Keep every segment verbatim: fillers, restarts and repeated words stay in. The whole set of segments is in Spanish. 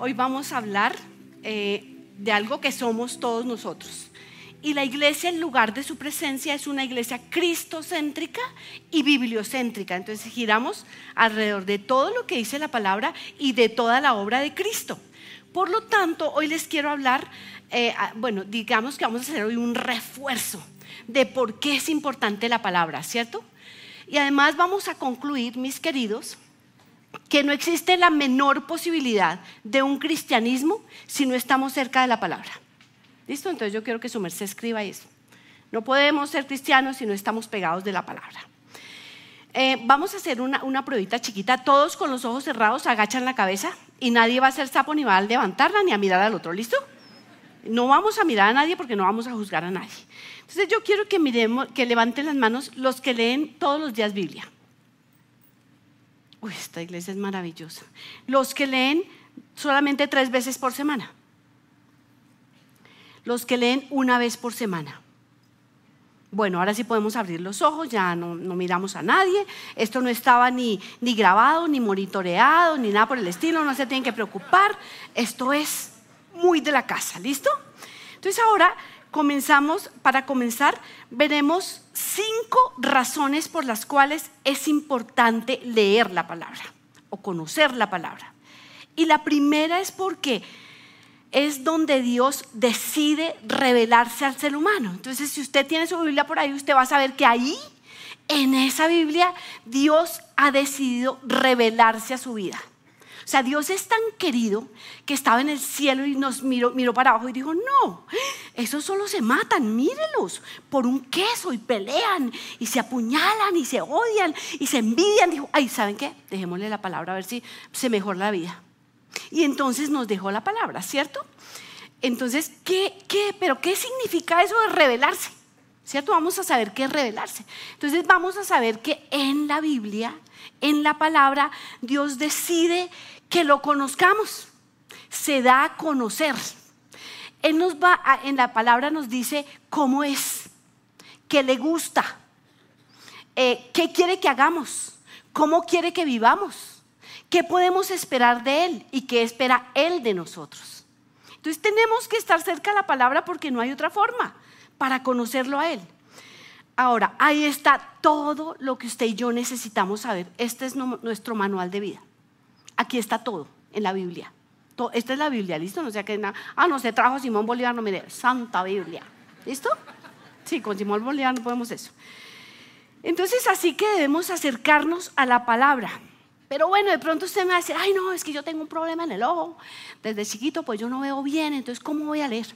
Hoy vamos a hablar eh, de algo que somos todos nosotros. Y la iglesia, en lugar de su presencia, es una iglesia cristocéntrica y bibliocéntrica. Entonces giramos alrededor de todo lo que dice la palabra y de toda la obra de Cristo. Por lo tanto, hoy les quiero hablar, eh, bueno, digamos que vamos a hacer hoy un refuerzo de por qué es importante la palabra, ¿cierto? Y además vamos a concluir, mis queridos, que no existe la menor posibilidad de un cristianismo si no estamos cerca de la palabra. ¿Listo? Entonces yo quiero que su merced escriba eso. No podemos ser cristianos si no estamos pegados de la palabra. Eh, vamos a hacer una, una pruebita chiquita. Todos con los ojos cerrados agachan la cabeza y nadie va a ser sapo ni va a levantarla ni a mirar al otro. ¿Listo? No vamos a mirar a nadie porque no vamos a juzgar a nadie. Entonces yo quiero que miremos, que levanten las manos los que leen todos los días Biblia. Uy, esta iglesia es maravillosa. Los que leen solamente tres veces por semana. Los que leen una vez por semana. Bueno, ahora sí podemos abrir los ojos, ya no, no miramos a nadie. Esto no estaba ni, ni grabado, ni monitoreado, ni nada por el estilo, no se tienen que preocupar. Esto es muy de la casa, ¿listo? Entonces ahora comenzamos, para comenzar, veremos cinco razones por las cuales es importante leer la palabra o conocer la palabra. Y la primera es porque es donde Dios decide revelarse al ser humano. Entonces, si usted tiene su Biblia por ahí, usted va a saber que ahí, en esa Biblia, Dios ha decidido revelarse a su vida. O sea, Dios es tan querido que estaba en el cielo y nos miró, miró para abajo y dijo: no, esos solo se matan, mírenlos, por un queso, y pelean y se apuñalan y se odian y se envidian. Dijo: ay, ¿saben qué? Dejémosle la palabra a ver si se mejora la vida. Y entonces nos dejó la palabra, ¿cierto? Entonces, ¿qué, qué, pero qué significa eso de revelarse? ¿Cierto? Vamos a saber qué es revelarse. Entonces vamos a saber que en la Biblia, en la palabra, Dios decide que lo conozcamos, se da a conocer. Él nos va a, en la palabra nos dice cómo es, qué le gusta, eh, qué quiere que hagamos, cómo quiere que vivamos, qué podemos esperar de Él y qué espera Él de nosotros. Entonces tenemos que estar cerca de la palabra porque no hay otra forma para conocerlo a Él. Ahora, ahí está todo lo que usted y yo necesitamos saber. Este es no, nuestro manual de vida. Aquí está todo en la Biblia. Todo, esta es la Biblia, ¿listo? No sea que nada. Ah, no, se trajo Simón Bolívar, no mire, Santa Biblia. ¿Listo? Sí, con Simón Bolívar no podemos eso. Entonces, así que debemos acercarnos a la palabra. Pero bueno, de pronto usted me va a decir: ay, no, es que yo tengo un problema en el ojo. Desde chiquito, pues yo no veo bien, entonces, ¿cómo voy a leer?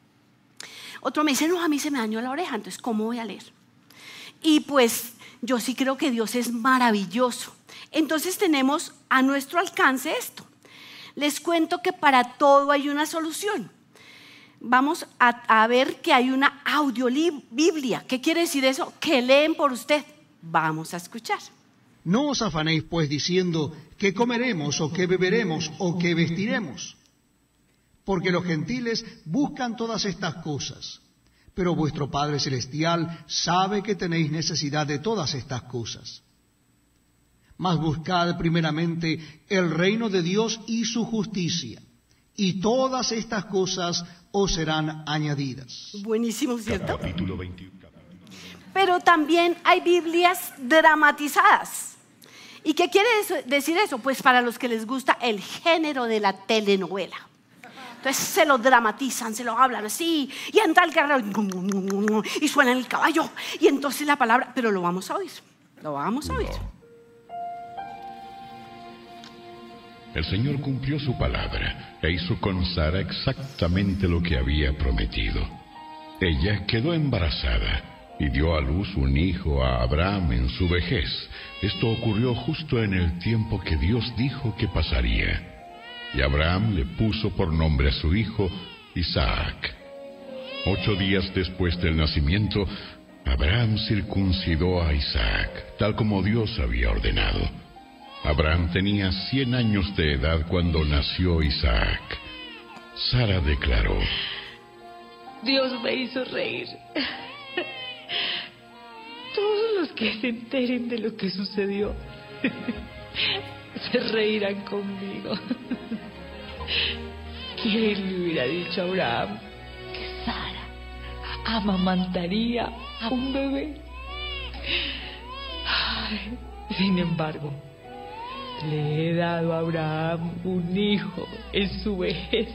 Otro me dice: no, a mí se me dañó la oreja, entonces, ¿cómo voy a leer? Y pues yo sí creo que Dios es maravilloso. Entonces tenemos a nuestro alcance esto. Les cuento que para todo hay una solución. Vamos a, a ver que hay una audiobiblia. ¿Qué quiere decir eso? Que leen por usted. Vamos a escuchar. No os afanéis pues diciendo: ¿qué comeremos o qué beberemos o qué vestiremos? Porque los gentiles buscan todas estas cosas. Pero vuestro Padre Celestial sabe que tenéis necesidad de todas estas cosas. Mas buscad primeramente el reino de Dios y su justicia, y todas estas cosas os serán añadidas. Buenísimo, ¿cierto? Capítulo veintiuno. Pero también hay Biblias dramatizadas. ¿Y qué quiere eso, decir eso? Pues para los que les gusta el género de la telenovela. Entonces se lo dramatizan, se lo hablan así, y entra el guerrero y suena el caballo, y entonces la palabra, pero lo vamos a oír, lo vamos a oír. El Señor cumplió su palabra e hizo con Sara exactamente lo que había prometido. Ella quedó embarazada y dio a luz un hijo a Abraham en su vejez. Esto ocurrió justo en el tiempo que Dios dijo que pasaría. Y Abraham le puso por nombre a su hijo Isaac. Ocho días después del nacimiento, Abraham circuncidó a Isaac, tal como Dios había ordenado. Abraham tenía cien años de edad cuando nació Isaac. Sara declaró: Dios me hizo reír. Todos los que se enteren de lo que sucedió se reirán conmigo. ¿Quién le hubiera dicho a Abraham que Sara amamantaría a un bebé? Ay, sin embargo, le he dado a Abraham un hijo en su vejez.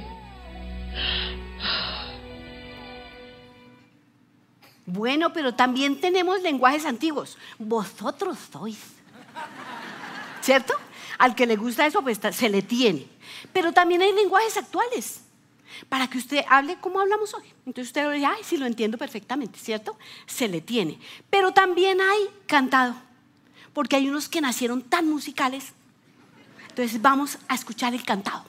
Bueno, pero también tenemos lenguajes antiguos. Vosotros sois. ¿Cierto? Al que le gusta eso, pues se le tiene. Pero también hay lenguajes actuales para que usted hable como hablamos hoy. Entonces usted dice, ay, sí, lo entiendo perfectamente, ¿cierto? Se le tiene. Pero también hay cantado, porque hay unos que nacieron tan musicales. Entonces vamos a escuchar el cantado.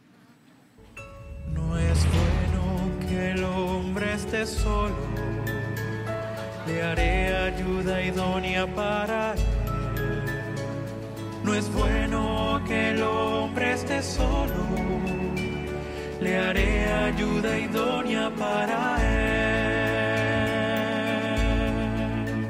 No es bueno que el hombre esté solo, le haré ayuda idónea para él. No es bueno que el hombre esté solo, le haré ayuda idónea para él.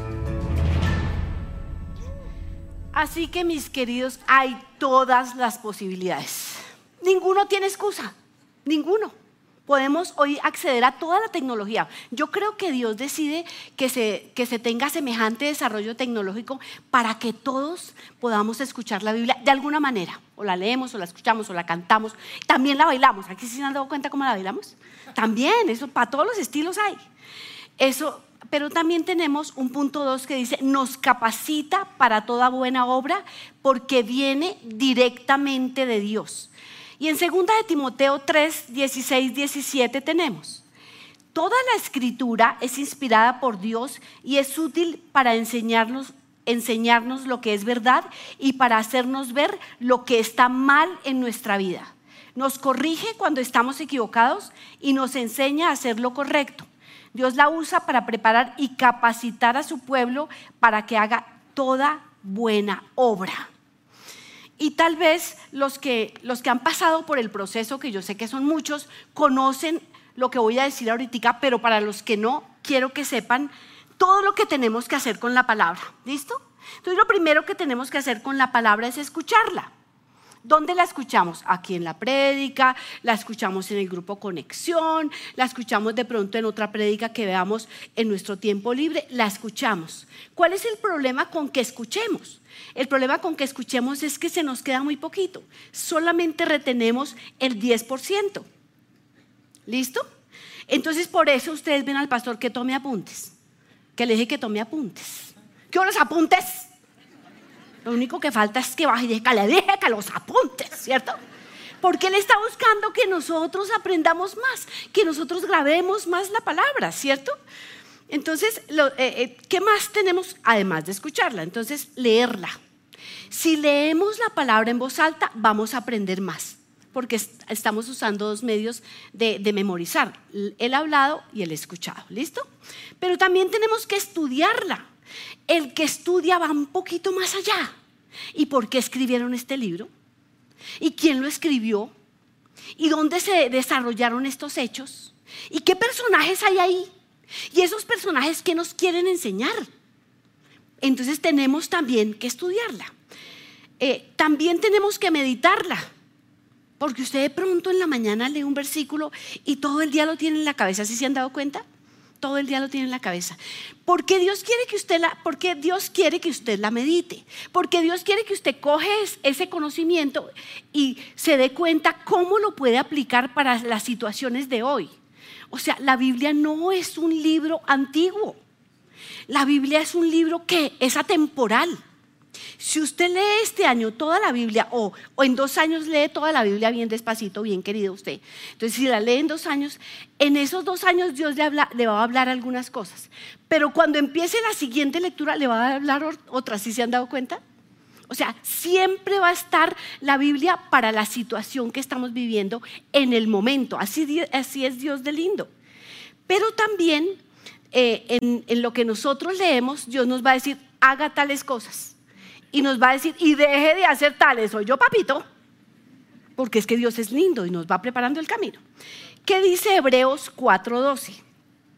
Así que, mis queridos, hay todas las posibilidades. Ninguno tiene excusa, ninguno. Podemos hoy acceder a toda la tecnología. Yo creo que Dios decide que se, que se tenga semejante desarrollo tecnológico para que todos podamos escuchar la Biblia de alguna manera. O la leemos, o la escuchamos, o la cantamos. También la bailamos. ¿Aquí sí se han dado cuenta cómo la bailamos? También, eso para todos los estilos hay. Eso, pero también tenemos un punto dos que dice, nos capacita para toda buena obra porque viene directamente de Dios. Y en segunda de Timoteo tres, dieciséis, diecisiete tenemos: toda la escritura es inspirada por Dios y es útil para enseñarnos, enseñarnos lo que es verdad y para hacernos ver lo que está mal en nuestra vida. Nos corrige cuando estamos equivocados y nos enseña a hacer lo correcto. Dios la usa para preparar y capacitar a su pueblo para que haga toda buena obra. Y tal vez los que, los que han pasado por el proceso, que yo sé que son muchos, conocen lo que voy a decir ahorita, pero para los que no, quiero que sepan todo lo que tenemos que hacer con la palabra. ¿Listo? Entonces lo primero que tenemos que hacer con la palabra es escucharla. ¿Dónde la escuchamos? Aquí en la prédica, la escuchamos en el grupo Conexión, la escuchamos de pronto en otra prédica que veamos en nuestro tiempo libre, la escuchamos. ¿Cuál es el problema con que escuchemos? El problema con que escuchemos es que se nos queda muy poquito, solamente retenemos el diez por ciento. ¿Listo? Entonces por eso ustedes ven al pastor que tome apuntes, que le dije que tome apuntes. ¿Qué los apuntes? Lo único que falta es que baje y deje que le deje que los apuntes, ¿cierto? Porque Él está buscando que nosotros aprendamos más, que nosotros grabemos más la palabra, ¿cierto? Entonces, lo, eh, eh, ¿qué más tenemos además de escucharla? Entonces, leerla. Si leemos la palabra en voz alta, vamos a aprender más, porque est- estamos usando dos medios de, de memorizar, el hablado y el escuchado, ¿listo? Pero también tenemos que estudiarla. El que estudia va un poquito más allá. ¿Y por qué escribieron este libro? ¿Y quién lo escribió? ¿Y dónde se desarrollaron estos hechos? ¿Y qué personajes hay ahí? ¿Y esos personajes qué nos quieren enseñar? Entonces tenemos también que estudiarla. Eh, también tenemos que meditarla. Porque usted de pronto en la mañana lee un versículo y todo el día lo tiene en la cabeza. ¿Sí se han dado cuenta? Todo el día lo tiene en la cabeza. Porque Dios quiere que usted la, porque Dios quiere que usted la medite. Porque Dios quiere que usted coge ese conocimiento y se dé cuenta cómo lo puede aplicar para las situaciones de hoy. O sea, la Biblia no es un libro antiguo. La Biblia es un libro que es atemporal. Si usted lee este año toda la Biblia o, o en dos años lee toda la Biblia bien despacito, bien querido usted. Entonces si la lee en dos años, en esos dos años Dios le, habla, le va a hablar algunas cosas. Pero cuando empiece la siguiente lectura le va a hablar otras, ¿sí se han dado cuenta? O sea, siempre va a estar la Biblia para la situación que estamos viviendo en el momento. Así, así es Dios de lindo. Pero también eh, en, en lo que nosotros leemos, Dios nos va a decir, haga tales cosas. Y nos va a decir, y deje de hacer tales, soy yo papito, porque es que Dios es lindo y nos va preparando el camino. ¿Qué dice Hebreos cuatro doce?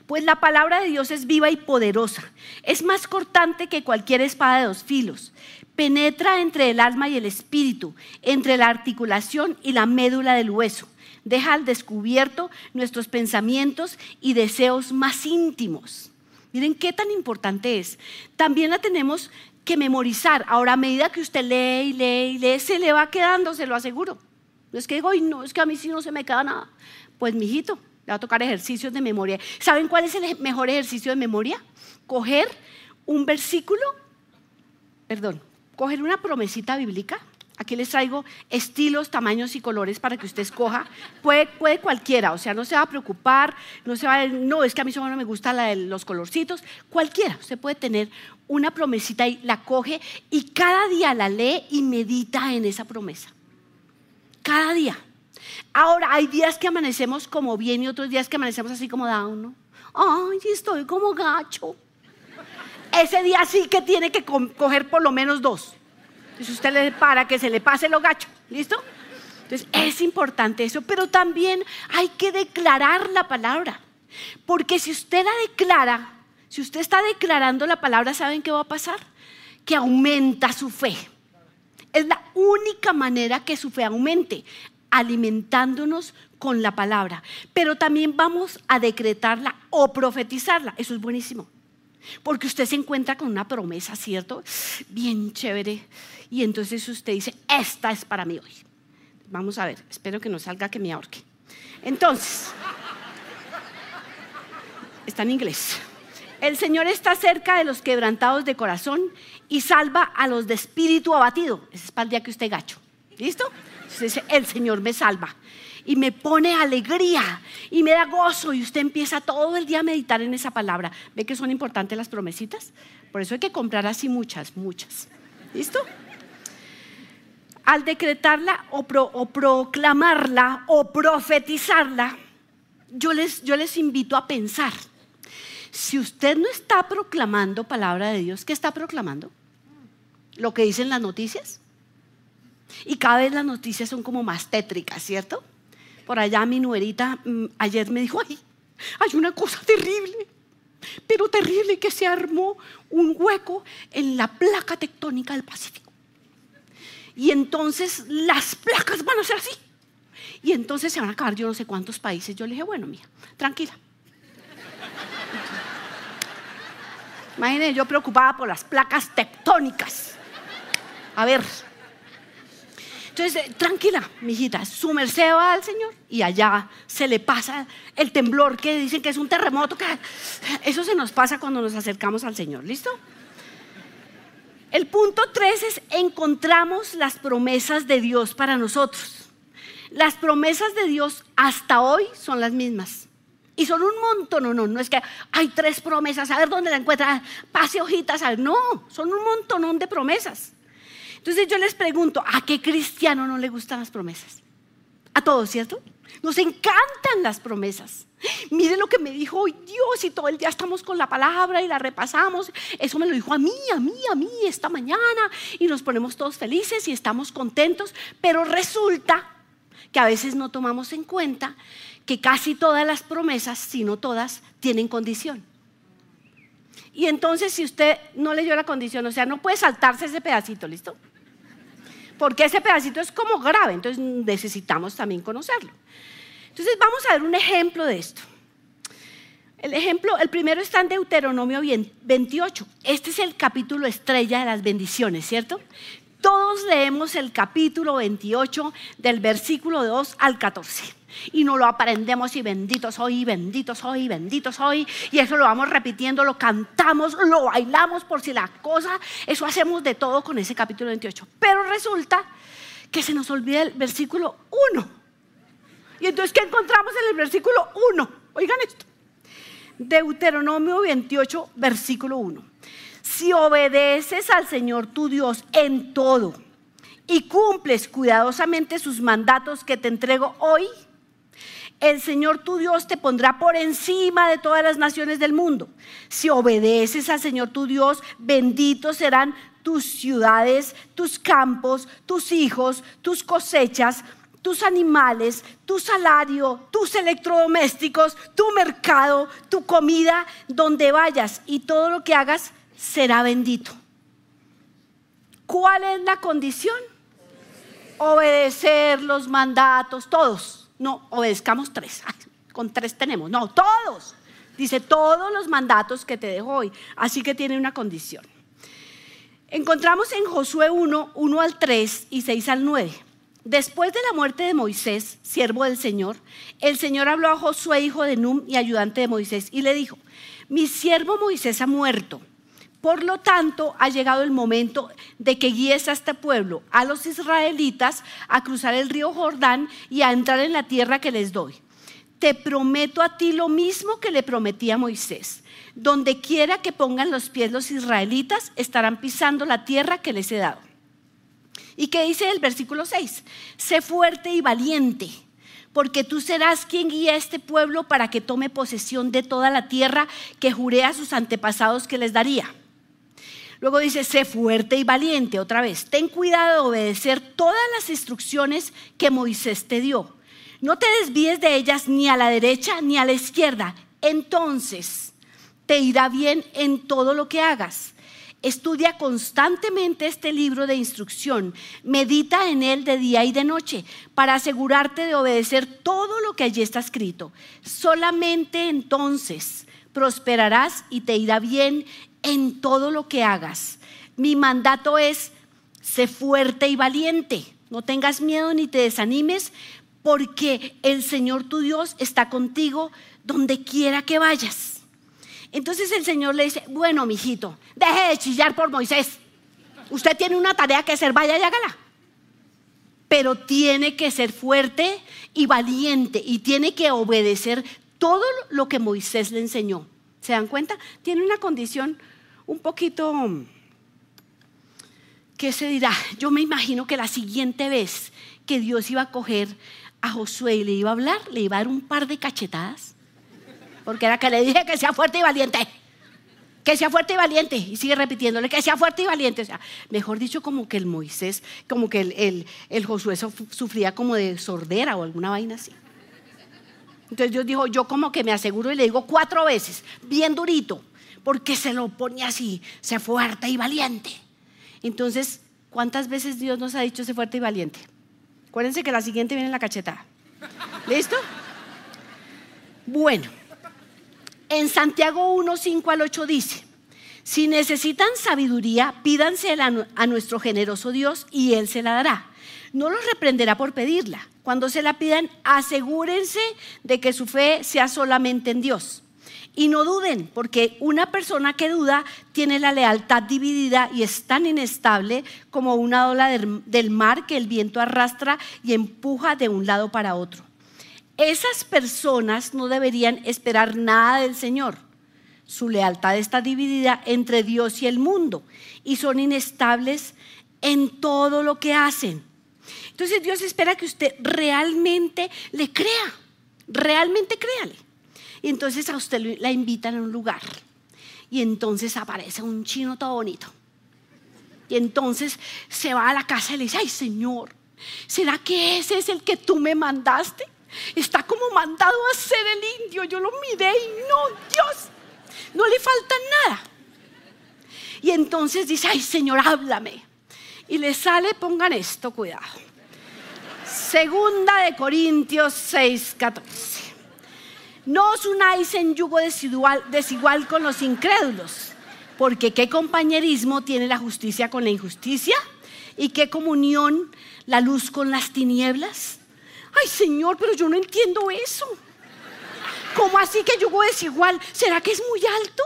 Pues la palabra de Dios es viva y poderosa, es más cortante que cualquier espada de dos filos, penetra entre el alma y el espíritu, entre la articulación y la médula del hueso, deja al descubierto nuestros pensamientos y deseos más íntimos. Miren qué tan importante es. También la tenemos que memorizar. Ahora, a medida que usted lee y lee y lee, se le va quedando, se lo aseguro. No es que digo, no, es que a mí sí no se me queda nada. Pues, mijito, le va a tocar ejercicios de memoria. ¿Saben cuál es el mejor ejercicio de memoria? Coger un versículo, perdón, coger una promesita bíblica. Aquí les traigo estilos, tamaños y colores para que usted escoja. Puede, puede cualquiera, o sea, no se va a preocupar, no se va a, no, es que a mí solo no me gusta la de los colorcitos. Cualquiera, usted puede tener una promesita y la coge y cada día la lee y medita en esa promesa. Cada día. Ahora, hay días que amanecemos como bien y otros días que amanecemos así como down, ¿no? Ay, estoy como gacho. Ese día sí que tiene que co- coger por lo menos dos. Entonces usted le para que se le pase lo gacho, ¿listo? Entonces es importante eso, pero también hay que declarar la palabra, porque si usted la declara, si usted está declarando la palabra, ¿saben qué va a pasar? Que aumenta su fe. Es la única manera que su fe aumente, alimentándonos con la palabra, pero también vamos a decretarla o profetizarla, eso es buenísimo. Porque usted se encuentra con una promesa, ¿cierto? Bien chévere. Y entonces usted dice, esta es para mí hoy. Vamos a ver, espero que no salga que me ahorque. Entonces, está en inglés. El Señor está cerca de los quebrantados de corazón y salva a los de espíritu abatido. Ese es para el día que usted gacho. ¿Listo? Entonces dice, el Señor me salva. Y me pone alegría y me da gozo y usted empieza todo el día a meditar en esa palabra. ¿Ve que son importantes las promesitas? Por eso hay que comprar así muchas, muchas. ¿Listo? Al decretarla o, pro, o proclamarla o profetizarla, yo les, yo les invito a pensar. Si usted no está proclamando palabra de Dios, ¿qué está proclamando? ¿Lo que dicen las noticias? Y cada vez las noticias son como más tétricas, ¿cierto? Por allá mi nuerita mmm, ayer me dijo, ay, hay una cosa terrible, pero terrible, que se armó un hueco en la placa tectónica del Pacífico. Y entonces las placas van a ser así. Y entonces se van a acabar yo no sé cuántos países. Yo le dije, bueno, mía, tranquila. Imagínense yo preocupada por las placas tectónicas. A ver. Entonces, tranquila, mijita, su merced va al Señor y allá se le pasa el temblor que dicen que es un terremoto. Que eso se nos pasa cuando nos acercamos al Señor, ¿listo? El punto tres es, encontramos las promesas de Dios para nosotros. Las promesas de Dios hasta hoy son las mismas. Y son un montón, no, no, no es que hay tres promesas, a ver dónde la encuentran, pase hojitas, a ver, no, son un montonón de promesas. Entonces yo les pregunto, ¿a qué cristiano no le gustan las promesas? A todos, ¿cierto? Nos encantan las promesas. Miren lo que me dijo hoy Dios y todo el día estamos con la palabra y la repasamos. Eso me lo dijo a mí, a mí, a mí esta mañana y nos ponemos todos felices y estamos contentos, pero resulta que a veces no tomamos en cuenta que casi todas las promesas, si no todas, tienen condición. Y entonces si usted no leyó la condición, o sea, no puede saltarse ese pedacito, ¿listo? Porque ese pedacito es como grave, entonces necesitamos también conocerlo. Entonces vamos a ver un ejemplo de esto. El ejemplo, el primero está en Deuteronomio veintiocho. Este es el capítulo estrella de las bendiciones, ¿cierto? Todos leemos el capítulo veintiocho del versículo dos al catorce. Y nos lo aprendemos y bendito soy, bendito soy, bendito soy. Y eso lo vamos repitiendo, lo cantamos, lo bailamos por si la cosa. Eso hacemos de todo con ese capítulo veintiocho. Pero resulta que se nos olvida el versículo uno. Y entonces, ¿qué encontramos en el versículo uno? Oigan esto. Deuteronomio veintiocho, versículo uno. Si obedeces al Señor tu Dios en todo y cumples cuidadosamente sus mandatos que te entrego hoy, el Señor tu Dios te pondrá por encima de todas las naciones del mundo. Si obedeces al Señor tu Dios, benditos serán tus ciudades, tus campos, tus hijos, tus cosechas, tus animales, tu salario, tus electrodomésticos, tu mercado, tu comida, donde vayas, y todo lo que hagas será bendito. ¿Cuál es la condición? Obedecer los mandatos, todos. No, obedezcamos tres. Ay, con tres tenemos. No, todos. Dice todos los mandatos que te dejo hoy. Así que tiene una condición. Encontramos en Josué uno, uno al tres y seis al nueve. Después de la muerte de Moisés, siervo del Señor, el Señor habló a Josué, hijo de Nun y ayudante de Moisés, y le dijo: mi siervo Moisés ha muerto. Por lo tanto, ha llegado el momento de que guíes a este pueblo, a los israelitas, a cruzar el río Jordán y a entrar en la tierra que les doy. Te prometo a ti lo mismo que le prometí a Moisés. Donde quiera que pongan los pies los israelitas, estarán pisando la tierra que les he dado. ¿Y qué dice el versículo seis? Sé fuerte y valiente, porque tú serás quien guía a este pueblo para que tome posesión de toda la tierra que juré a sus antepasados que les daría. Luego dice, sé fuerte y valiente, otra vez. Ten cuidado de obedecer todas las instrucciones que Moisés te dio. No te desvíes de ellas ni a la derecha ni a la izquierda. Entonces te irá bien en todo lo que hagas. Estudia constantemente este libro de instrucción. Medita en él de día y de noche para asegurarte de obedecer todo lo que allí está escrito. Solamente entonces prosperarás y te irá bien en todo lo que hagas. Mi mandato es: sé fuerte y valiente. No tengas miedo ni te desanimes, porque el Señor tu Dios está contigo donde quiera que vayas. Entonces el Señor le dice: bueno, mijito, deje de chillar por Moisés. Usted tiene una tarea que hacer, vaya y hágala. Pero tiene que ser fuerte y valiente y tiene que obedecer todo lo que Moisés le enseñó. ¿Se dan cuenta? Tiene una condición un poquito, ¿qué se dirá? Yo me imagino que la siguiente vez que Dios iba a coger a Josué y le iba a hablar, le iba a dar un par de cachetadas, porque era que le dije que sea fuerte y valiente, que sea fuerte y valiente, y sigue repitiéndole que sea fuerte y valiente. O sea, mejor dicho, como que el Moisés, como que el, el, el Josué sufría como de sordera o alguna vaina así. Entonces Dios dijo: yo como que me aseguro y le digo cuatro veces, bien durito, porque se lo pone así, sé fuerte y valiente. Entonces, ¿cuántas veces Dios nos ha dicho sé fuerte y valiente? Acuérdense que la siguiente viene la cachetada. ¿Listo? Bueno, en Santiago uno, cinco al ocho dice: si necesitan sabiduría, pídanse a nuestro generoso Dios y Él se la dará. No los reprenderá por pedirla. Cuando se la pidan, asegúrense de que su fe sea solamente en Dios. Y no duden, porque una persona que duda tiene la lealtad dividida y es tan inestable como una ola del mar que el viento arrastra y empuja de un lado para otro. Esas personas no deberían esperar nada del Señor. Su lealtad está dividida entre Dios y el mundo y son inestables en todo lo que hacen. Entonces Dios espera que usted realmente le crea, realmente créale. Y entonces a usted la invitan a un lugar y entonces aparece un chino todo bonito. Y entonces se va a la casa y le dice: ay, Señor, ¿será que ese es el que tú me mandaste? Está como mandado a ser el indio. Yo lo miré y no, Dios, no le falta nada. Y entonces dice: ay, Señor, háblame. Y le sale, pongan esto, cuidado, Segunda de Corintios seis, catorce. No os unáis en yugo desigual, desigual con los incrédulos, porque ¿qué compañerismo tiene la justicia con la injusticia? ¿Y qué comunión la luz con las tinieblas? Ay, Señor, pero yo no entiendo eso. ¿Cómo así que yugo desigual? ¿Será que es muy alto?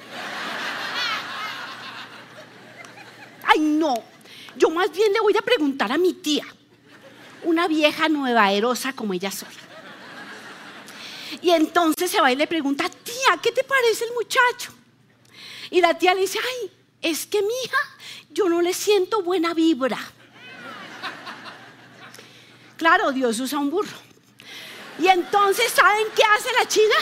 Ay, no. Yo más bien le voy a preguntar a mi tía, una vieja nuevaerosa como ella sola. Y entonces se va y le pregunta: tía, ¿qué te parece el muchacho? Y la tía le dice: ay, es que mija, yo no le siento buena vibra. Claro, Dios usa un burro. Y entonces, ¿saben qué hace la china?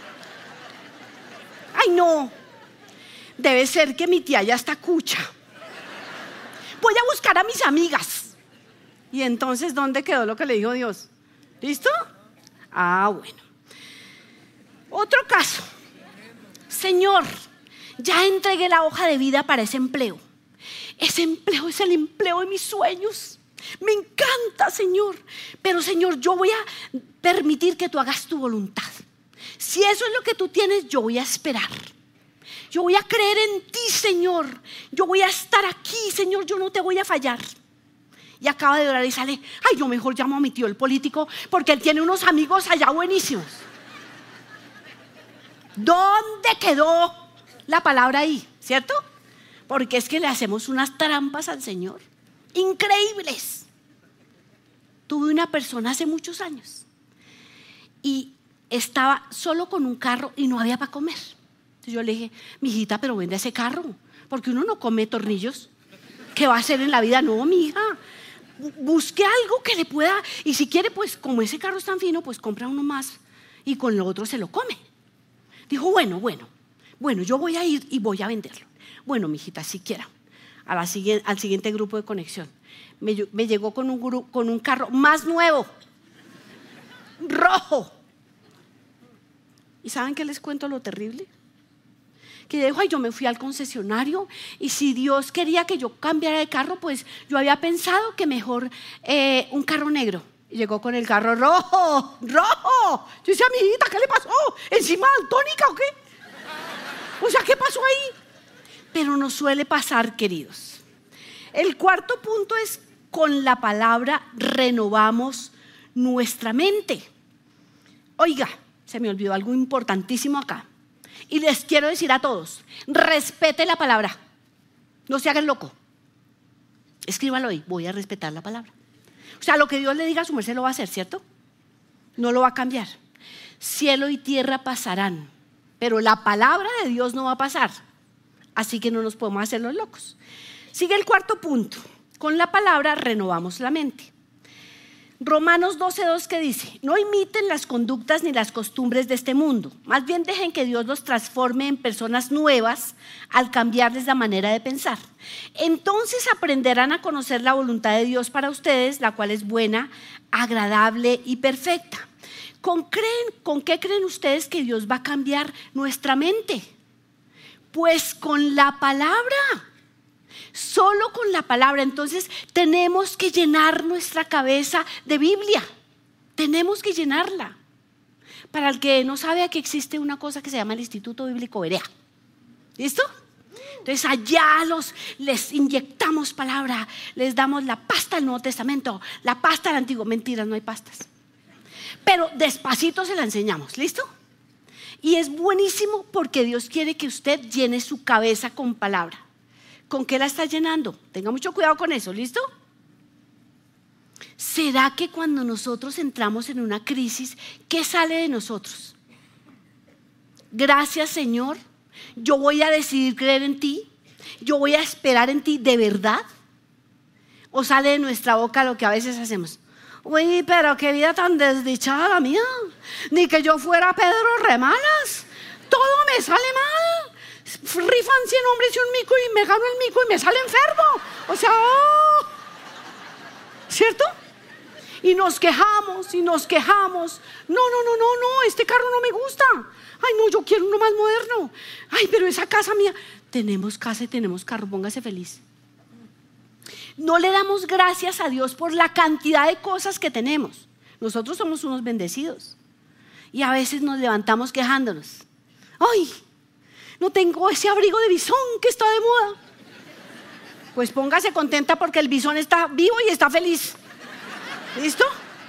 Ay, no, debe ser que mi tía ya está cucha. Voy a buscar a mis amigas. Y entonces, ¿dónde quedó lo que le dijo Dios? ¿Listo? Ah, bueno. Otro caso. Señor, ya entregué la hoja de vida para ese empleo. Ese empleo es el empleo de mis sueños. Me encanta, Señor. Pero, Señor, yo voy a permitir que tú hagas tu voluntad. Si eso es lo que tú tienes, yo voy a esperar. Yo voy a creer en ti, Señor. Yo voy a estar aquí, Señor. Yo no te voy a fallar. Y acaba de orar y sale, ay, yo mejor llamo a mi tío el político porque él tiene unos amigos allá buenísimos. ¿Dónde quedó la palabra ahí? ¿Cierto? Porque es que le hacemos unas trampas al Señor increíbles. Tuve una persona hace muchos años y estaba solo con un carro y no había para comer. Entonces yo le dije, mijita, pero vende ese carro, porque uno no come tornillos. ¿Qué va a hacer en la vida? No, mija, busque algo que le pueda, y si quiere, pues como ese carro es tan fino, pues compra uno más y con lo otro se lo come. Dijo, bueno, bueno, bueno, yo voy a ir y voy a venderlo. Bueno, mijita, siquiera. A la, al siguiente grupo de conexión me, me llegó con un, gru, con un carro más nuevo, rojo. ¿Y saben qué les cuento lo terrible? Que dijo, ay, yo me fui al concesionario y si Dios quería que yo cambiara de carro, pues yo había pensado que mejor eh, un carro negro. Y llegó con el carro rojo, rojo. Yo decía, amiguita, ¿qué le pasó? ¿Encima daltónica o qué? O sea, ¿qué pasó ahí? Pero nos suele pasar, queridos. El cuarto punto es, con la palabra renovamos nuestra mente. Oiga, se me olvidó algo importantísimo acá. Y les quiero decir a todos, respete la palabra. No se hagan loco. Escríbalo ahí, voy a respetar la palabra. O sea, lo que Dios le diga a su merced lo va a hacer, ¿cierto? No lo va a cambiar. Cielo y tierra pasarán, pero la palabra de Dios no va a pasar. Así que no nos podemos hacer los locos. Sigue el cuarto punto. Con la palabra renovamos la mente. Romanos doce dos, que dice, no imiten las conductas ni las costumbres de este mundo, más bien dejen que Dios los transforme en personas nuevas al cambiarles la manera de pensar. Entonces aprenderán a conocer la voluntad de Dios para ustedes, la cual es buena, agradable y perfecta. ¿Con, creen, ¿Con qué creen ustedes que Dios va a cambiar nuestra mente? Pues con la palabra. Solo con la palabra. Entonces tenemos que llenar nuestra cabeza de Biblia. Tenemos que llenarla. Para el que no sabe, aquí existe una cosa que se llama el Instituto Bíblico Berea. ¿Listo? Entonces allá los, les inyectamos palabra, les damos la pasta del Nuevo Testamento, la pasta del Antiguo. Mentiras, no hay pastas. Pero despacito se la enseñamos. ¿Listo? Y es buenísimo porque Dios quiere que usted llene su cabeza con palabra. ¿Con qué la está llenando? Tenga mucho cuidado con eso, ¿listo? ¿Será que cuando nosotros entramos en una crisis, qué sale de nosotros? Gracias, Señor, yo voy a decidir creer en ti, yo voy a esperar en ti, ¿de verdad? ¿O sale de nuestra boca lo que a veces hacemos? Uy, pero qué vida tan desdichada la mía, ni que yo fuera Pedro Remalas, todo me sale mal. Rifan cien hombres y un mico y me gano el mico y me sale enfermo. O sea, oh, ¿cierto? Y nos quejamos y nos quejamos. No, no, no, no, no, este carro no me gusta. Ay, no, yo quiero uno más moderno. Ay, pero esa casa mía. Tenemos casa y tenemos carro, póngase feliz. No le damos gracias a Dios por la cantidad de cosas que tenemos. Nosotros somos unos bendecidos. Y a veces nos levantamos quejándonos. Ay, no tengo ese abrigo de bisón que está de moda. Pues póngase contenta porque el bisón está vivo y está feliz. ¿Listo?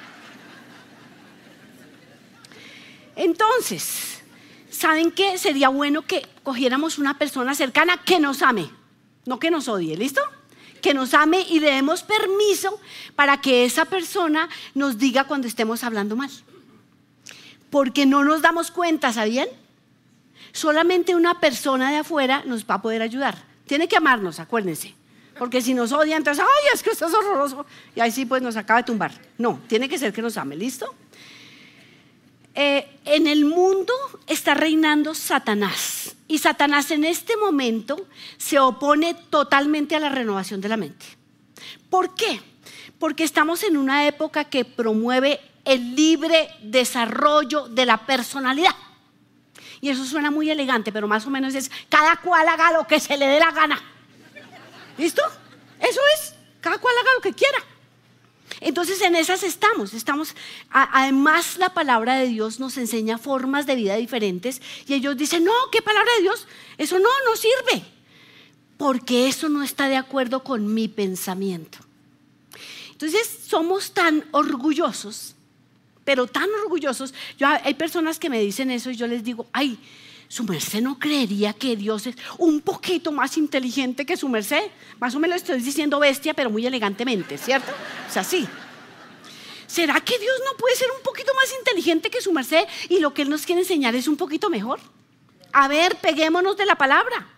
Entonces, ¿saben qué? Sería bueno que cogiéramos una persona cercana que nos ame, no que nos odie, ¿listo? Que nos ame y le demos permiso para que esa persona nos diga cuando estemos hablando mal. Porque no nos damos cuenta, ¿sabían? Solamente una persona de afuera nos va a poder ayudar. Tiene que amarnos, acuérdense. Porque si nos odia, entonces, ay, es que esto es horroroso. Y ahí sí, pues nos acaba de tumbar. No, tiene que ser que nos ame, ¿listo? Eh, en el mundo está reinando Satanás. Y Satanás en este momento se opone totalmente a la renovación de la mente. ¿Por qué? Porque estamos en una época que promueve el libre desarrollo de la personalidad. Y eso suena muy elegante, pero más o menos es cada cual haga lo que se le dé la gana. ¿Listo? Eso es, cada cual haga lo que quiera. Entonces en esas estamos, estamos a, además la palabra de Dios nos enseña formas de vida diferentes y ellos dicen, no, ¿qué palabra de Dios? Eso no, no sirve, porque eso no está de acuerdo con mi pensamiento. Entonces somos tan orgullosos, pero tan orgullosos. Yo, hay personas que me dicen eso y yo les digo, ay, su merced no creería que Dios es un poquito más inteligente que su merced. Más o menos estoy diciendo bestia, pero muy elegantemente, ¿cierto? O sea, sí. ¿Será que Dios no puede ser un poquito más inteligente que su merced y lo que Él nos quiere enseñar es un poquito mejor? A ver, peguémonos de la palabra.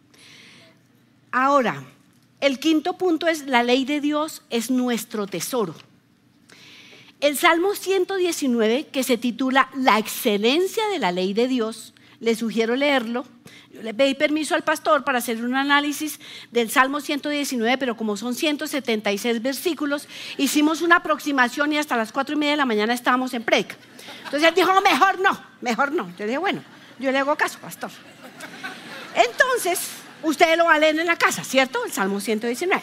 Ahora, el quinto punto es la ley de Dios es nuestro tesoro. El Salmo ciento diecinueve, que se titula La excelencia de la ley de Dios, les sugiero leerlo. Yo le pedí permiso al pastor para hacer un análisis del Salmo ciento diecinueve, pero como son ciento setenta y seis versículos, hicimos una aproximación y hasta las cuatro y media de la mañana estábamos en predica. Entonces él dijo, mejor no, mejor no. Yo dije, bueno, yo le hago caso, pastor. Entonces, ustedes lo van a leer en la casa, ¿cierto? El Salmo ciento diecinueve.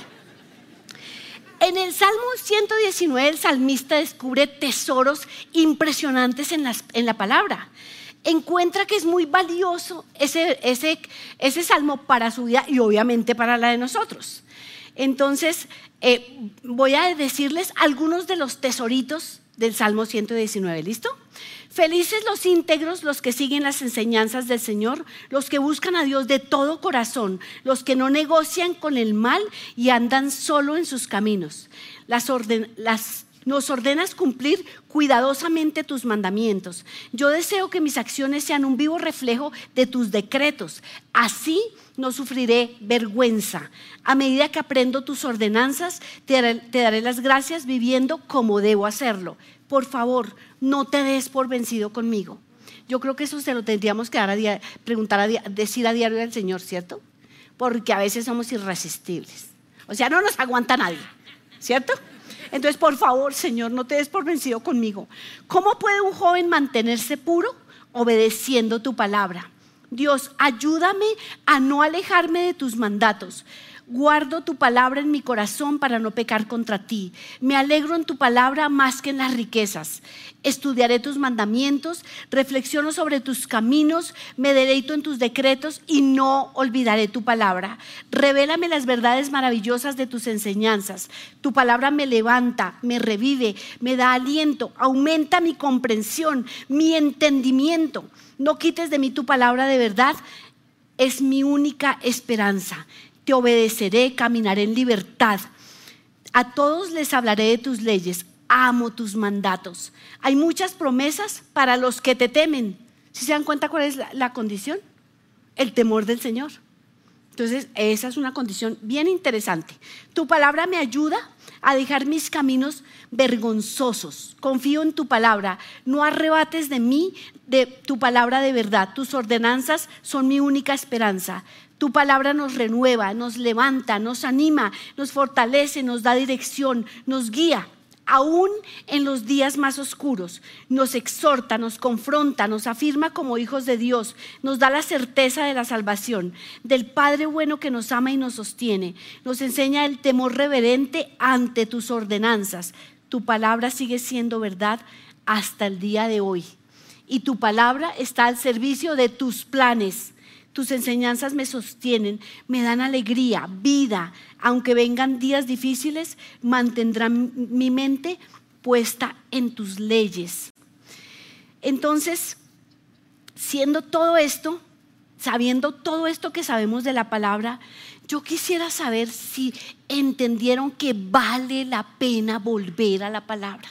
En el Salmo ciento diecinueve el salmista descubre tesoros impresionantes en, las, en la palabra. Encuentra que es muy valioso ese, ese, ese salmo para su vida y obviamente para la de nosotros. Entonces eh, voy a decirles algunos de los tesoritos del Salmo ciento diecinueve, ¿listo? Felices los íntegros, los que siguen las enseñanzas del Señor, los que buscan a Dios de todo corazón, los que no negocian con el mal y andan solo en sus caminos. Las orden, las Nos ordenas cumplir cuidadosamente tus mandamientos. Yo deseo que mis acciones sean un vivo reflejo de tus decretos. Así no sufriré vergüenza. A medida que aprendo tus ordenanzas, te daré, te daré las gracias viviendo como debo hacerlo. Por favor, no te des por vencido conmigo. Yo creo que eso se lo tendríamos que dar a dia- preguntar, a dia- decir a diario al Señor, ¿cierto? Porque a veces somos irresistibles. O sea, no nos aguanta nadie, ¿cierto? Entonces, por favor, Señor, no te des por vencido conmigo. ¿Cómo puede un joven mantenerse puro? Obedeciendo tu palabra. Dios, ayúdame a no alejarme de tus mandatos. Guardo tu palabra en mi corazón para no pecar contra ti. Me alegro en tu palabra más que en las riquezas. Estudiaré tus mandamientos, reflexiono sobre tus caminos, me deleito en tus decretos y no olvidaré tu palabra. Revélame las verdades maravillosas de tus enseñanzas. Tu palabra me levanta, me revive, me da aliento, aumenta mi comprensión, mi entendimiento. No quites de mí tu palabra de verdad, es mi única esperanza. Te obedeceré, caminaré en libertad. A todos les hablaré de tus leyes. Amo tus mandatos. Hay muchas promesas para los que te temen. ¿Sí se dan cuenta cuál es la, la condición? El temor del Señor. Entonces, esa es una condición bien interesante. Tu palabra me ayuda a dejar mis caminos vergonzosos. Confío en tu palabra. No arrebates de mí de tu palabra de verdad. Tus ordenanzas son mi única esperanza. Tu palabra nos renueva, nos levanta, nos anima, nos fortalece, nos da dirección, nos guía. Aún en los días más oscuros, nos exhorta, nos confronta, nos afirma como hijos de Dios, nos da la certeza de la salvación, del Padre bueno que nos ama y nos sostiene, nos enseña el temor reverente ante tus ordenanzas. Tu palabra sigue siendo verdad hasta el día de hoy y tu palabra está al servicio de tus planes. Tus enseñanzas me sostienen, me dan alegría, vida. Aunque vengan días difíciles, mantendrán mi mente puesta en tus leyes. Entonces, siendo todo esto, sabiendo todo esto que sabemos de la palabra, yo quisiera saber si entendieron que vale la pena volver a la palabra.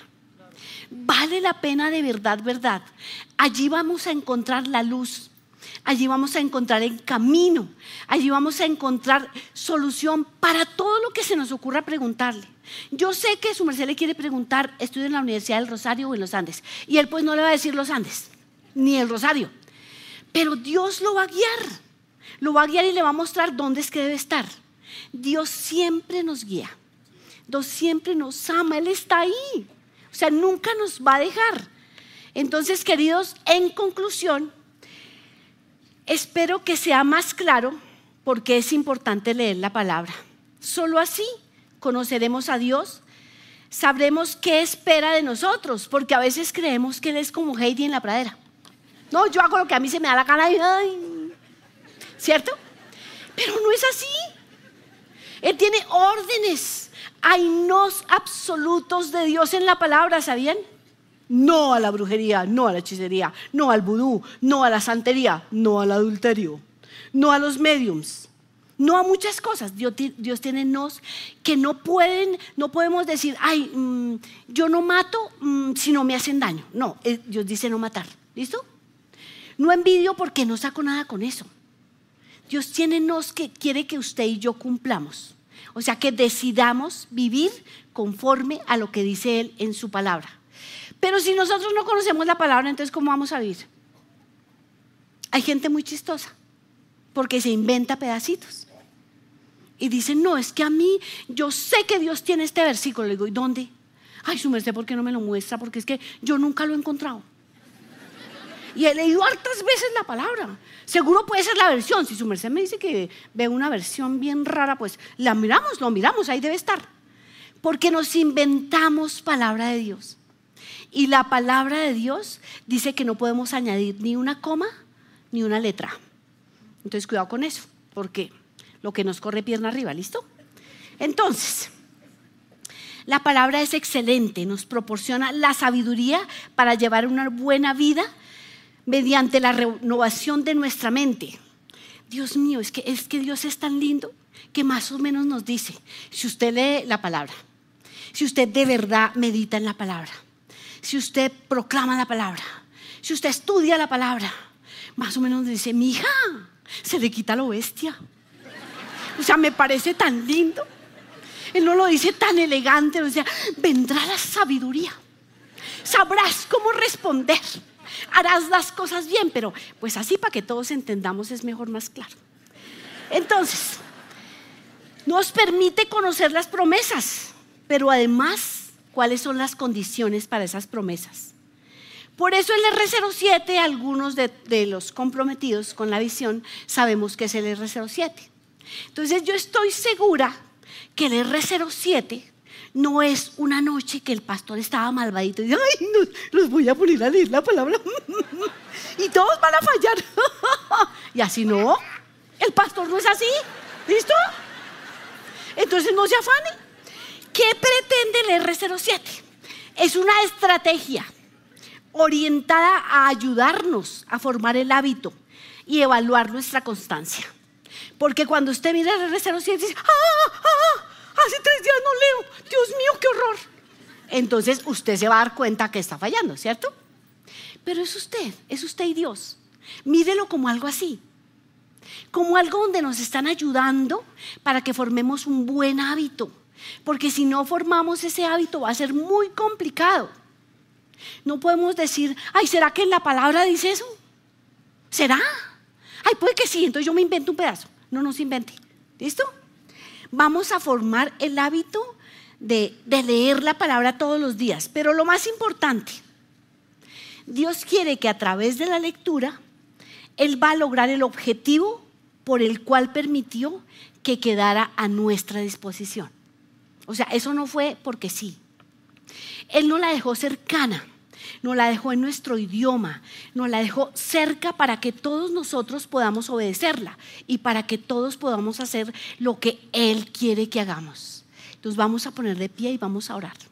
Vale la pena de verdad, verdad. Allí vamos a encontrar la luz. Allí vamos a encontrar el camino, allí vamos a encontrar solución para todo lo que se nos ocurra preguntarle. Yo sé que su merced le quiere preguntar, estudio en la Universidad del Rosario o en los Andes, y él pues no le va a decir los Andes, ni el Rosario, pero Dios lo va a guiar, lo va a guiar y le va a mostrar dónde es que debe estar. Dios siempre nos guía. Dios siempre nos ama, Él está ahí. O sea, nunca nos va a dejar. Entonces, queridos, en conclusión, espero que sea más claro por qué es importante leer la palabra. Solo así conoceremos a Dios, sabremos qué espera de nosotros, porque a veces creemos que Él es como Heidi en la pradera. No, yo hago lo que a mí se me da la gana y ay, ¿cierto? Pero no es así. Él tiene órdenes, hay nos absolutos de Dios en la palabra, ¿sabían? No a la brujería, no a la hechicería, no al vudú, no a la santería, no al adulterio, no a los mediums, no a muchas cosas. Dios, Dios tiene nos que no pueden, no podemos decir, ay, mmm, yo no mato mmm, si no me hacen daño. No, Dios dice no matar, ¿listo? No envidio porque no saco nada con eso. Dios tiene nos que quiere que usted y yo cumplamos. O sea, que decidamos vivir conforme a lo que dice Él en su palabra. Pero si nosotros no conocemos la palabra, entonces ¿cómo vamos a vivir? Hay gente muy chistosa porque se inventa pedacitos y dicen, no, es que a mí, yo sé que Dios tiene este versículo. Le digo, ¿y dónde? Ay, su merced, ¿por qué no me lo muestra? Porque es que yo nunca lo he encontrado. Y he leído hartas veces la palabra. Seguro puede ser la versión. Si su merced me dice que ve una versión bien rara, pues la miramos, lo miramos, ahí debe estar. Porque nos inventamos palabra de Dios. Y la palabra de Dios dice que no podemos añadir ni una coma ni una letra. Entonces cuidado con eso, porque lo que nos corre pierna arriba, ¿listo? Entonces, la palabra es excelente, nos proporciona la sabiduría para llevar una buena vida mediante la renovación de nuestra mente. Dios mío, es que, es que Dios es tan lindo que más o menos nos dice, si usted lee la palabra, si usted de verdad medita en la palabra, si usted proclama la palabra, si usted estudia la palabra, más o menos nos dice, mi hija, se le quita lo bestia. O sea, me parece tan lindo. Él no lo dice tan elegante, o sea, vendrá la sabiduría, sabrás cómo responder, harás las cosas bien, pero pues así para que todos entendamos es mejor más claro. Entonces, nos permite conocer las promesas, pero además, ¿cuáles son las condiciones para esas promesas? Por eso el erre cero siete, algunos de, de los comprometidos con la visión sabemos que es el erre cero siete. Entonces yo estoy segura que el erre cero siete no es una noche que el pastor estaba malvadito y dice, ay, no, los voy a poner a leer la palabra y todos van a fallar. Y así no, el pastor no es así, ¿listo? Entonces no se afane. ¿Qué pretende el erre cero siete? Es una estrategia orientada a ayudarnos a formar el hábito y evaluar nuestra constancia. Porque cuando usted mira el erre cero siete dice, ¡ah, ah! Hace tres días no leo, Dios mío, qué horror. Entonces usted se va a dar cuenta que está fallando, ¿cierto? Pero es usted, es usted y Dios. Mírelo como algo así, como algo donde nos están ayudando para que formemos un buen hábito. Porque si no formamos ese hábito va a ser muy complicado. No podemos decir, ay, ¿será que en la palabra dice eso? ¿Será? Ay, puede que sí, entonces yo me invento un pedazo. No nos invente, ¿listo? Vamos a formar el hábito de, de leer la palabra todos los días. Pero lo más importante, Dios quiere que a través de la lectura Él va a lograr el objetivo por el cual permitió que quedara a nuestra disposición. O sea, eso no fue porque sí. Él nos la dejó cercana, nos la dejó en nuestro idioma, nos la dejó cerca para que todos nosotros podamos obedecerla y para que todos podamos hacer lo que Él quiere que hagamos. Entonces vamos a poner de pie y vamos a orar.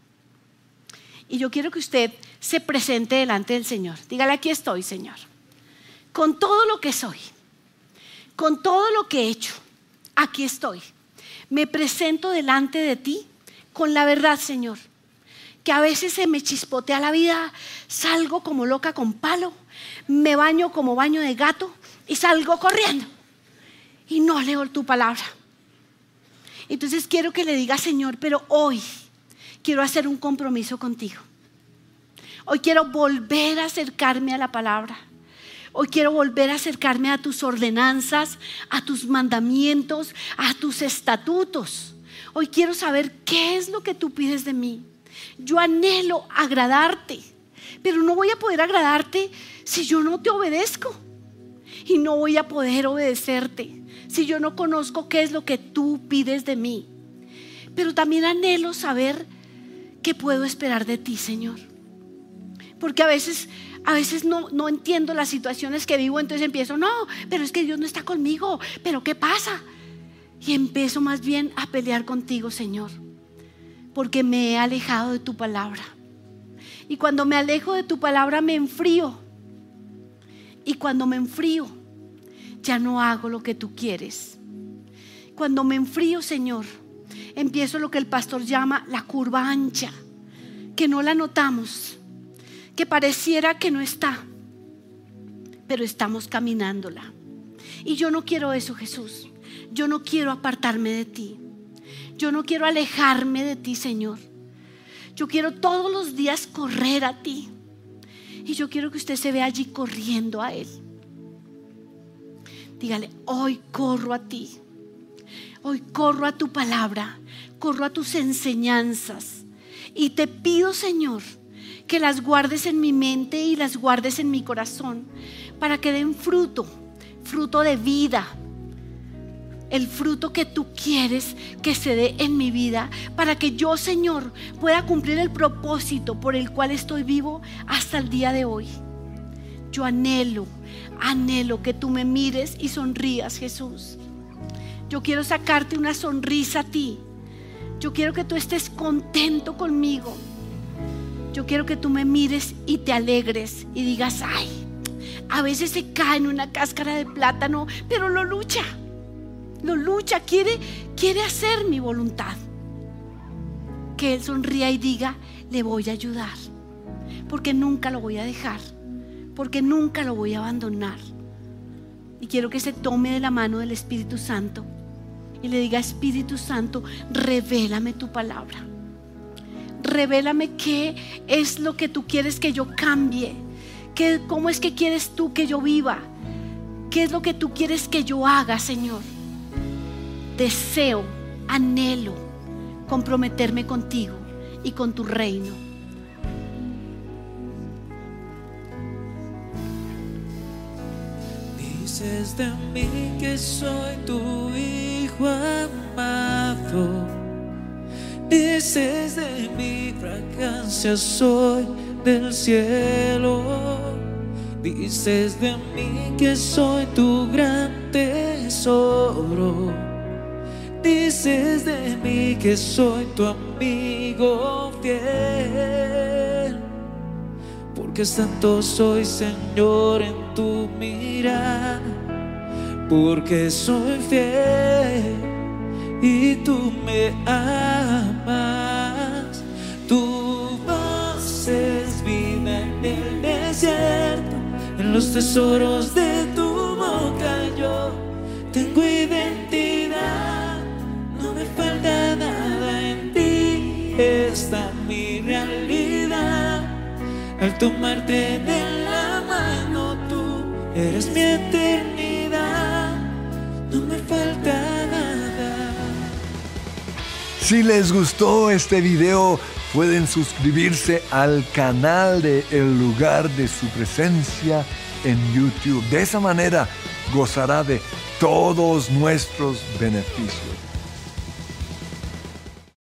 Y yo quiero que usted se presente delante del Señor. Dígale, aquí estoy, Señor, con todo lo que soy, con todo lo que he hecho, aquí estoy. Me presento delante de ti con la verdad, Señor, que a veces se me chispotea la vida, salgo como loca con palo, me baño como baño de gato y salgo corriendo y no leo tu palabra. Entonces quiero que le diga, Señor, pero hoy quiero hacer un compromiso contigo. Hoy quiero volver a acercarme a la palabra. Hoy quiero volver a acercarme a tus ordenanzas, a tus mandamientos, a tus estatutos. Hoy quiero saber qué es lo que tú pides de mí. Yo anhelo agradarte, pero no voy a poder agradarte si yo no te obedezco. Y no voy a poder obedecerte si yo no conozco qué es lo que tú pides de mí. Pero también anhelo saber qué puedo esperar de ti, Señor. Porque a veces, a veces no, no entiendo las situaciones que vivo, entonces empiezo, no, pero es que Dios no está conmigo, pero ¿qué pasa? Y empiezo más bien a pelear contigo, Señor, porque me he alejado de tu palabra. Y cuando me alejo de tu palabra me enfrío. Y cuando me enfrío, ya no hago lo que tú quieres. Cuando me enfrío, Señor, empiezo lo que el pastor llama la curva ancha, que no la notamos, que pareciera que no está, pero estamos caminándola. Y yo no quiero eso, Jesús. Yo no quiero apartarme de ti. Yo no quiero alejarme de ti, Señor. Yo quiero todos los días correr a ti. Y yo quiero que usted se vea allí corriendo a Él. Dígale, hoy corro a ti. Hoy corro a tu palabra. Corro a tus enseñanzas. Y te pido, Señor, que las guardes en mi mente y las guardes en mi corazón, para que den fruto, fruto de vida. El fruto que tú quieres que se dé en mi vida, para que yo, Señor, pueda cumplir el propósito por el cual estoy vivo hasta el día de hoy. Yo anhelo, anhelo que tú me mires y sonrías, Jesús. Yo quiero sacarte una sonrisa a ti. Yo quiero que tú estés contento conmigo. Yo quiero que tú me mires y te alegres y digas, ay, a veces se cae en una cáscara de plátano, pero lo lucha. Lo lucha, quiere, quiere hacer mi voluntad. Que Él sonría y diga, le voy a ayudar, porque nunca lo voy a dejar, porque nunca lo voy a abandonar. Y quiero que se tome de la mano del Espíritu Santo y le diga, Espíritu Santo, revélame tu palabra. Revélame qué es lo que tú quieres que yo cambie, qué, cómo es que quieres tú que yo viva, qué es lo que tú quieres que yo haga, Señor. Deseo, anhelo comprometerme contigo y con tu reino. Dices de mí que soy tu hijo amado. Dices de mi fragancia soy del cielo. Dices de mí que soy tu gran tesoro. Dices de mí que soy tu amigo fiel, porque santo soy, Señor, en tu mirada, porque soy fiel y tú me amas. Tu voz es vida en el desierto, en los tesoros de tu boca yo tengo identidad. No me falta nada, en ti está mi realidad. Al tomarte de la mano tú eres mi eternidad. No me falta nada. Si les gustó este video, pueden suscribirse al canal de El Lugar de Su Presencia en YouTube. De esa manera gozará de todos nuestros beneficios.